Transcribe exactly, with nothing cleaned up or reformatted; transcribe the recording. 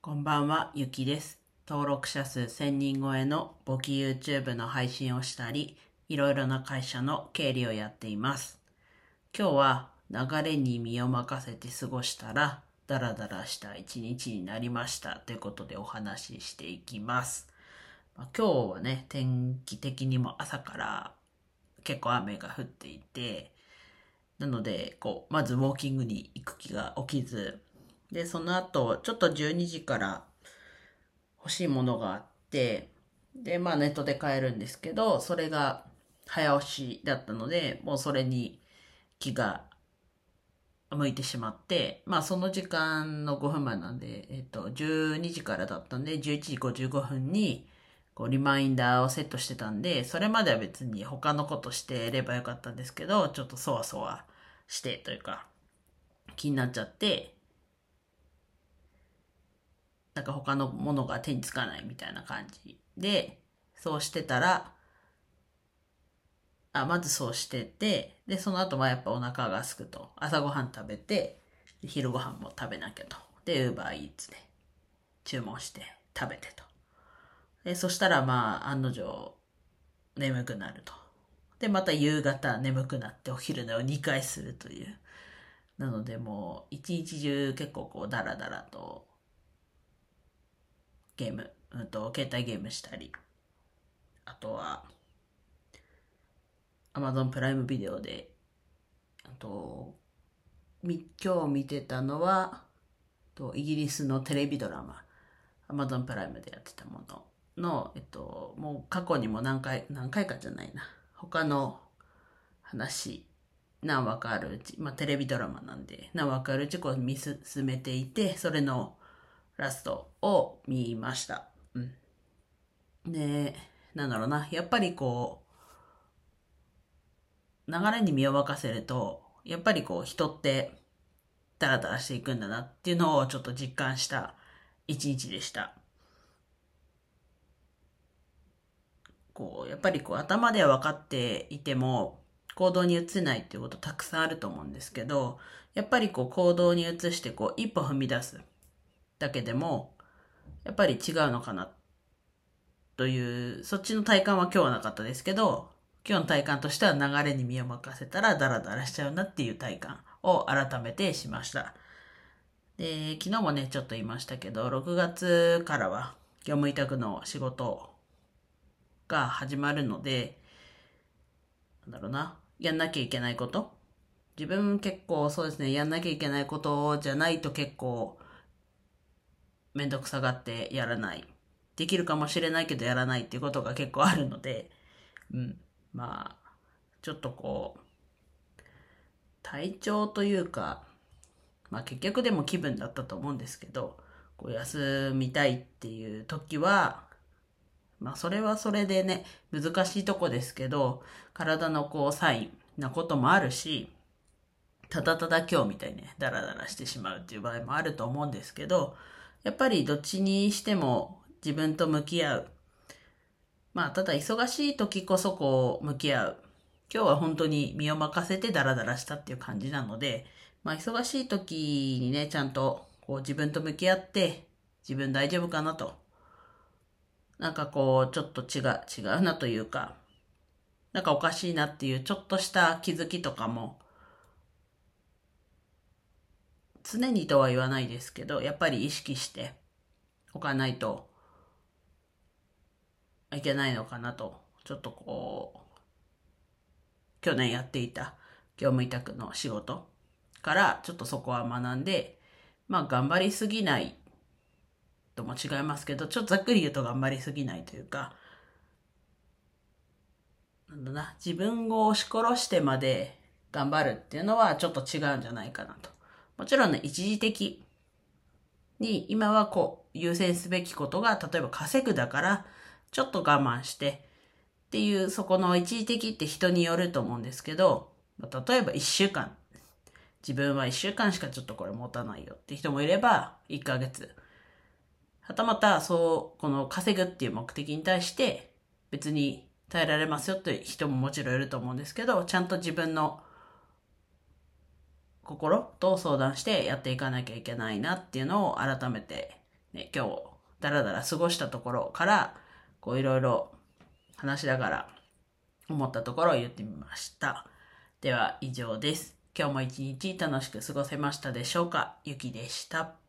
こんばんは、ゆきです。登録者数せんにん超えの簿記 YouTube の配信をしたり、いろいろな会社の経理をやっています。今日は流れに身を任せて過ごしたら、ダラダラした一日になりましたということでお話ししていきます。まあ、今日はね、天気的にも朝から結構雨が降っていて、なので、こう、まずウォーキングに行く気が起きず、で、その後、ちょっとじゅうにじから欲しいものがあって、で、まあネットで買えるんですけど、それが早押しだったので、もうそれに気が向いてしまって、まあその時間のごふんまえなんで、えっと、じゅうにじからだったんで、じゅういちじごじゅうごふんに、こう、リマインダーをセットしてたんで、それまでは別に他のことしてればよかったんですけど、ちょっとそわそわしてというか、気になっちゃって、なんか他のものが手につかないみたいな感じで、そうしてたら、あ、まずそうしてて、で、その後はやっぱお腹が空くと。朝ごはん食べて、昼ごはんも食べなきゃと。で、ウーバーイーツで注文して食べてと。で、そしたらまあ、案の定、眠くなると。で、また夕方眠くなってお昼寝をにかいするという。なのでもう、一日中結構こう、ダラダラと、ゲーム、うんと、携帯ゲームしたり、あとは、Amazon プライムビデオで、あと、み今日見てたのは、とイギリスのテレビドラマ、Amazon プライムでやってたものの、えっと、もう過去にも何回、何回かじゃないな。他の話、何話かあるうち、まあテレビドラマなんで、何話かあるうちこう見進めていて、それのラストを見ました。うん。で、なんだろうな。やっぱりこう、流れに身を任せると、やっぱりこう人ってダラダラしていくんだなっていうのをちょっと実感した一日でした。こう、やっぱりこう頭では分かっていても行動に移せないっていうことたくさんあると思うんですけど、やっぱりこう行動に移してこう一歩踏み出すだけでも、やっぱり違うのかなという、そっちの体感は今日はなかったですけど、今日の体感としては流れに身を任せたらダラダラしちゃうなっていう体感を改めてしました。で、昨日もね、ちょっと言いましたけど、ろくがつからは業務委託の仕事が始まるので、なんだろうな、やんなきゃいけないこと。自分結構そうですね、やんなきゃいけないことじゃないと結構めんどくさがってやらない。できるかもしれないけどやらないっていうことが結構あるので、うん。まあ、ちょっとこう、体調というか、まあ結局でも気分だったと思うんですけど、こう休みたいっていう時は、まあそれはそれでね、難しいとこですけど、体のこうサインなこともあるし、ただただ今日みたいにね、ダラダラしてしまうっていう場合もあると思うんですけど、やっぱりどっちにしても自分と向き合う。まあただ忙しい時こそこう向き合う。今日は本当に身を任せてダラダラしたっていう感じなので、まあ忙しい時にね、ちゃんとこう自分と向き合って、自分大丈夫かなと。なんかこう、ちょっと違う、違うなというか、なんかおかしいなっていうちょっとした気づきとかも、常にとは言わないですけど、やっぱり意識しておかないといけないのかなと、ちょっとこう、去年やっていた業務委託の仕事からちょっとそこは学んで、まあ頑張りすぎないとも違いますけど、ちょっとざっくり言うと頑張りすぎないというか、なんだな、自分を押し殺してまで頑張るっていうのはちょっと違うんじゃないかなと。もちろんね、一時的に今はこう優先すべきことが、例えば稼ぐだからちょっと我慢してっていう、そこの一時的って人によると思うんですけど、例えば一週間、自分は一週間しかちょっとこれ持たないよって人もいれば、いっかげつ。はたまた、そう、この稼ぐっていう目的に対して別に耐えられますよっていう人ももちろんいると思うんですけど、ちゃんと自分の心と相談してやっていかなきゃいけないなっていうのを改めてね、今日、だらだら過ごしたところから、こういろいろ話しながら思ったところを言ってみました。では以上です。今日も一日楽しく過ごせましたでしょうか？ゆきでした。